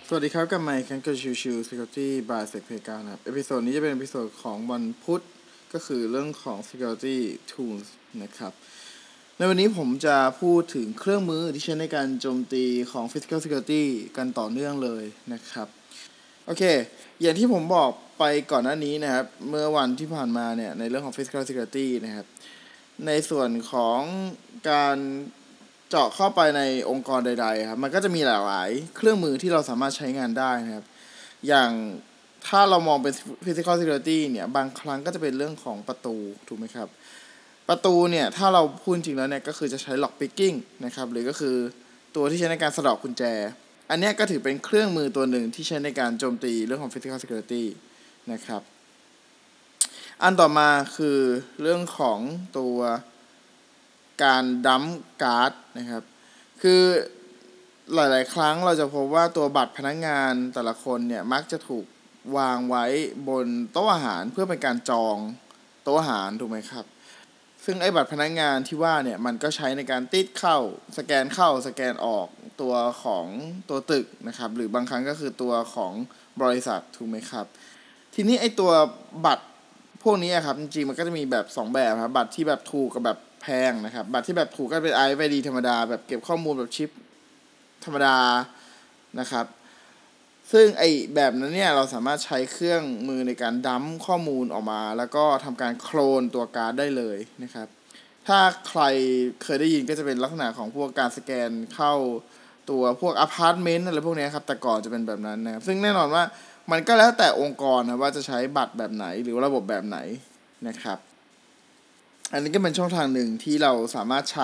สวัสดีครับกับไมค์คันกับชิว Security by SecPega นะครับเอพิโซดนี้จะเป็นเอพิโซดของวันพุธก็คือเรื่องของ Security Tools นะครับในวันนี้ผมจะพูดถึงเครื่องมือที่ใช้ในการโจมตีของ Physical Security กันต่อเนื่องเลยนะครับโอเคอย่างที่ผมบอกไปก่อนหน้านี้นะครับเมื่อวันที่ผ่านมาเนี่ยในเรื่องของ Physical Security นะครับในส่วนของการเจาะเข้าไปในองค์กรใดๆครับมันก็จะมีหลายๆเครื่องมือที่เราสามารถใช้งานได้นะครับอย่างถ้าเรามองเป็น physical security เนี่ยบางครั้งก็จะเป็นเรื่องของประตูถูกไหมครับประตูเนี่ยถ้าเราพูดจริงแล้วเนี่ยก็คือจะใช้ lock picking นะครับหรือก็คือตัวที่ใช้ในการสะดอกกุญแจอันนี้ก็ถือเป็นเครื่องมือตัวหนึ่งที่ใช้ในการโจมตีเรื่องของ physical security นะครับอันต่อมาคือเรื่องของตัวการดัมป์การ์ดนะครับคือหลายๆครั้งเราจะพบว่าตัวบัตรพนักงานแต่ละคนเนี่ยมักจะถูกวางไว้บนโต๊ะอาหารเพื่อเป็นการจองโต๊ะอาหารถูกไหมครับซึ่งไอ้บัตรพนักงานที่ว่าเนี่ยมันก็ใช้ในการติดเข้าสแกนออกตัวของตัวตึกนะครับหรือบางครั้งก็คือตัวของบริษัทถูกไหมครับทีนี้ไอ้ตัวบัตรพวกนี้ครับจริงๆมันก็จะมีแบบ2แบบครับบัตรที่แบบถูกกับแบบแพงนะครับบัตรที่แบบถูกก็เป็น RFID ธรรมดาแบบเก็บข้อมูลแบบชิปธรรมดานะครับซึ่งไอแบบนั้นเนี่ยเราสามารถใช้เครื่องมือในการดัมป์ข้อมูลออกมาแล้วก็ทำการโคลนตัวการ์ดได้เลยนะครับถ้าใครเคยได้ยินก็จะเป็นลักษณะของพวกการสแกนเข้าตัวพวกอพาร์ตเมนต์อะไรพวกนี้ครับแต่ก่อนจะเป็นแบบนั้นนะครับซึ่งแน่นอนว่ามันก็แล้วแต่องค์กรนะว่าจะใช้บัตรแบบไหนหรือระบบแบบไหนนะครับอันนี้ก็เป็นช่องทางหนึ่งที่เราสามารถใช้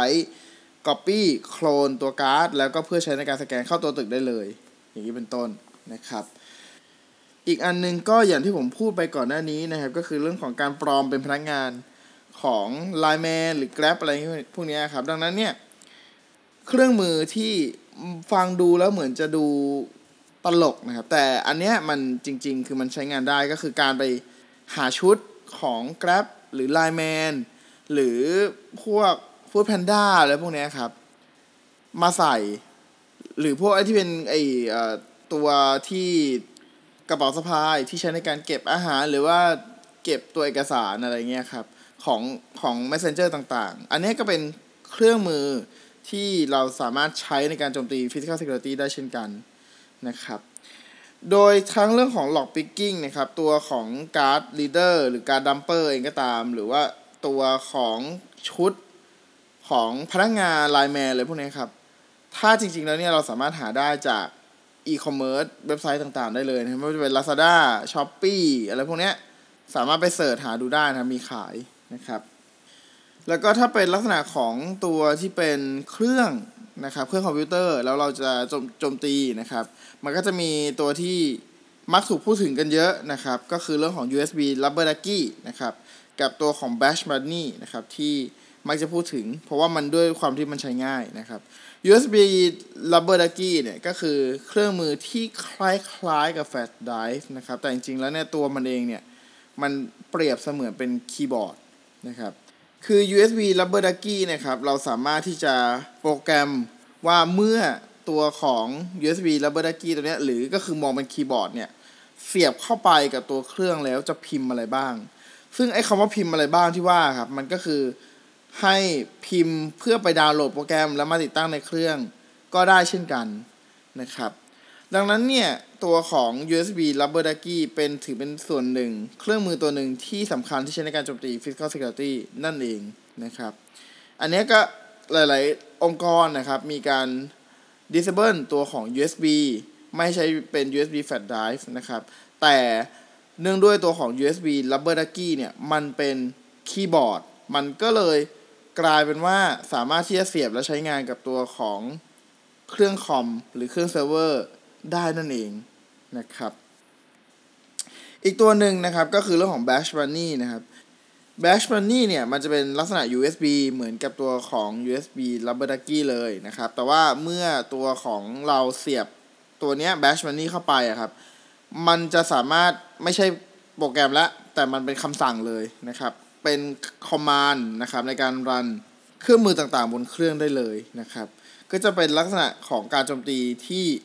Copy โคลนตัวการ์ดแล้วก็เพื่อใช้ในการสแกนเข้าตัวตึกได้เลยอย่างนี้เป็นต้นนะครับอีกอันนึงก็อย่างที่ผมพูดไปก่อนหน้านี้นะครับก็คือเรื่องของการปลอมเป็นพนักงานของ Line Man หรือ Grab อะไรพวกนี้ครับดังนั้นเนี่ยเครื่องมือที่ฟังดูแล้วเหมือนจะดูตลกนะครับแต่อันเนี้ยมันจริงๆคือมันใช้งานได้ก็คือการไปหาชุดของ Grab หรือ Line Man หรือพวกFood Panda อะไรพวกนี้ครับมาใส่หรือพวกไอ้ที่เป็นไอ้ตัวที่กระเป๋าสะพายที่ใช้ในการเก็บอาหารหรือว่าเก็บตัวเอกสารอะไรเงี้ยครับของ Messenger ต่างๆอันนี้ก็เป็นเครื่องมือที่เราสามารถใช้ในการโจมตี Physical Security ได้เช่นกันนะครับโดยทั้งเรื่องของ Lock Picking นะครับตัวของ Card Reader หรือ Card Dumper เองก็ตามหรือว่าตัวของชุดของพนักงานไลน์แมนอะไรพวกนี้ครับถ้าจริงๆแล้วเนี่ยเราสามารถหาได้จากอีคอมเมิร์ซเว็บไซต์ต่างๆได้เลยนะไม่ว่าจะเป็น Lazada Shopee อะไรพวกนี้สามารถไปเสิร์ชหาดูได้นะมีขายนะครับแล้วก็ถ้าเป็นลักษณะของตัวที่เป็นเครื่องนะครับเครื่องคอมพิวเตอร์แล้วเราจะโจมตีนะครับมันก็จะมีตัวที่มักถูกพูดถึงกันเยอะนะครับก็คือเรื่องของ USB Rubber Ducky นะครับกับตัวของ Bash Bunny นะครับที่มักจะพูดถึงเพราะว่ามันด้วยความที่มันใช้ง่ายนะครับ USB Rubber Ducky เนี่ยก็คือเครื่องมือที่คล้ายๆกับ Flash Drive นะครับแต่จริงๆแล้วเนี่ยตัวมันเองเนี่ยมันเปรียบเสมือนเป็นคีย์บอร์ดนะครับคือ USB Rubber Ducky นะครับเราสามารถที่จะโปรแกรมว่าเมื่อตัวของ USB Rubber Ducky ตัวนี้หรือก็คือมองเป็นคีย์บอร์ดเนี่ยเสียบเข้าไปกับตัวเครื่องแล้วจะพิมพ์อะไรบ้างซึ่งไอ้คำว่าพิมพ์อะไรบ้างที่ว่าครับมันก็คือให้พิมพ์เพื่อไปดาวน์โหลดโปรแกรมแล้วมาติดตั้งในเครื่องก็ได้เช่นกันนะครับดังนั้นเนี่ยตัวของ USB Rubber Ducky ถือเป็นส่วนหนึ่งเครื่องมือตัวหนึ่งที่สำคัญที่ใช้ในการโจมตี Physical Security นั่นเองนะครับอันนี้ก็หลายๆองค์กรนะครับมีการ disable ตัวของ USB ไม่ใช้เป็น USB Flash Drive นะครับแต่เนื่องด้วยตัวของ USB Rubber Ducky เนี่ยมันเป็นคีย์บอร์ดมันก็เลยกลายเป็นว่าสามารถที่จะเสียบและใช้งานกับตัวของเครื่องคอมหรือเครื่องเซิร์ฟเวอร์ได้นั่นเองนะครับอีกตัวหนึ่งนะครับก็คือเรื่องของ Bash Bunny นะครับ Bash Bunny เนี่ยมันจะเป็นลักษณะ USB เหมือนกับตัวของ USB Rubber Ducky เลยนะครับแต่ว่าเมื่อตัวของเราเสียบตัวเนี้ย Bash Bunny เข้าไปครับมันจะสามารถไม่ใช่โปรแกรมละแต่มันเป็นคำสั่งเลยนะครับเป็นคอมมานด์นะครับในการรันเครื่องมือต่างๆบนเครื่องได้เลยนะครับก็จะเป็นลักษณะของการโจมตีที่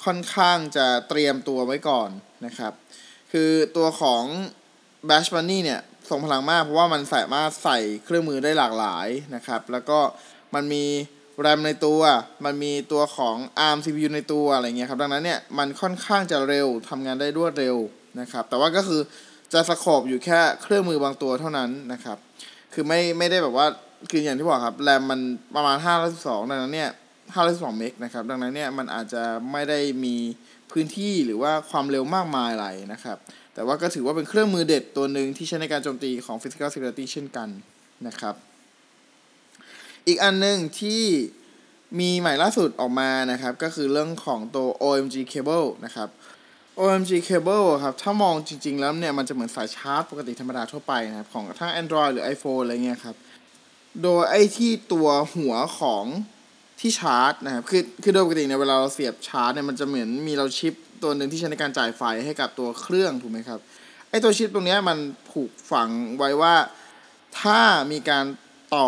ค่อนข้างจะเตรียมตัวไว้ก่อนนะครับคือตัวของ Bash Bunny เนี่ยทรงพลังมากเพราะว่ามันสามารถใส่เครื่องมือได้หลากหลายนะครับแล้วก็มันมีแรมในตัวมันมีตัวของ ARM CPU ในตัวอะไรเงี้ยครับดังนั้นเนี่ยมันค่อนข้างจะเร็วทำงานได้รวดเร็วนะครับแต่ว่าก็คือจะสโคปอยู่แค่เครื่องมือบางตัวเท่านั้นนะครับคือไม่ได้แบบว่าคืออย่างที่บอกครับแรมมันประมาณ512ดังนั้นเนี่ย512เมกนะครับดังนั้นเนี่ยมันอาจจะไม่ได้มีพื้นที่หรือว่าความเร็วมากมายอะไรนะครับแต่ว่าก็ถือว่าเป็นเครื่องมือเด็ดตัวหนึ่งที่ใช้ในการโจมตีของ Physical Security เช่นกันนะครับอีกอันนึงที่มีใหม่ล่าสุดออกมานะครับก็คือเรื่องของตัว OMG Cable นะครับ OMG Cable ครับถ้ามองจริงๆแล้วเนี่ยมันจะเหมือนสายชาร์จปกติธรรมดาทั่วไปนะครับของทั้ง Android หรือ iPhone อะไรเงี้ยครับโดยไอ้ที่ตัวหัวของที่ชาร์จนะครับคือโดยปกติเนี่ยเวลาเราเสียบชาร์จเนี่ยมันจะเหมือนมีเราชิปตัวหนึ่งที่ใช้ในการจ่ายไฟให้กับตัวเครื่องถูกไหมครับไอ้ตัวชิปตรงนี้มันผูกฝังไว้ว่าถ้ามีการต่อ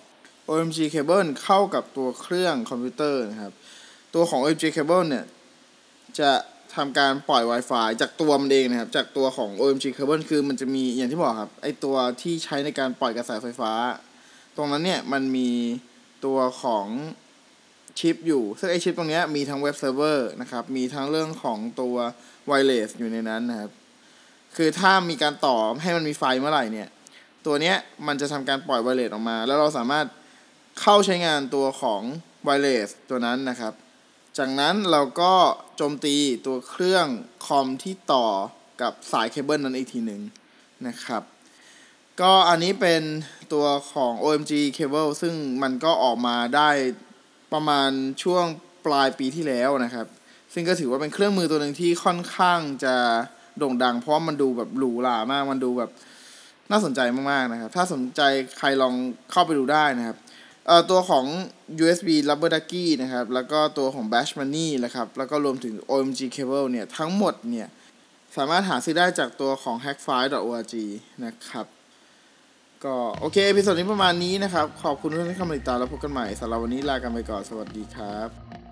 OMG cable เข้ากับตัวเครื่องคอมพิวเตอร์นะครับตัวของ OMG cable เนี่ยจะทำการปล่อย Wi-Fi จากตัวมันเองนะครับจากตัวของ OMG cable คือมันจะมีอย่างที่บอกครับไอตัวที่ใช้ในการปล่อยกระแสไฟฟ้าตรงนั้นเนี่ยมันมีตัวของชิปอยู่ซึ่งไอชิปตรงนี้มีทั้งเว็บเซิร์ฟเวอร์นะครับมีทั้งเรื่องของตัวไวเลสอยู่ในนั้นนะครับคือถ้ามีการต่อให้มันมีไฟเมื่อไหร่เนี่ยตัวเนี้ยมันจะทำการปล่อยไวเลสออกมาแล้วเราสามารถเข้าใช้งานตัวของไวเลสตัวนั้นนะครับจากนั้นเราก็โจมตีตัวเครื่องคอมที่ต่อกับสายเคเบิลนั้นอีกทีหนึ่งนะครับก็อันนี้เป็นตัวของ OMG Cable ซึ่งมันก็ออกมาได้ประมาณช่วงปลายปีที่แล้วนะครับซึ่งก็ถือว่าเป็นเครื่องมือตัวหนึ่งที่ค่อนข้างจะโด่งดังเพราะมันดูแบบหรูหรามากมันดูแบบน่าสนใจมากๆนะครับถ้าสนใจใครลองเข้าไปดูได้นะครับตัวของ USB Rubber Ducky นะครับแล้วก็ตัวของ Bash Bunny นะครับแล้วก็รวมถึง OMG Cable เนี่ยทั้งหมดเนี่ยสามารถหาซื้อได้จากตัวของ hackfile.org นะครับก็โอเคเอพิโซดนี้ประมาณนี้นะครับขอบคุณทุกท่านที่เข้ามาติดตามแล้วพบกันใหม่สำหรับวันนี้ลากันไปก่อนสวัสดีครับ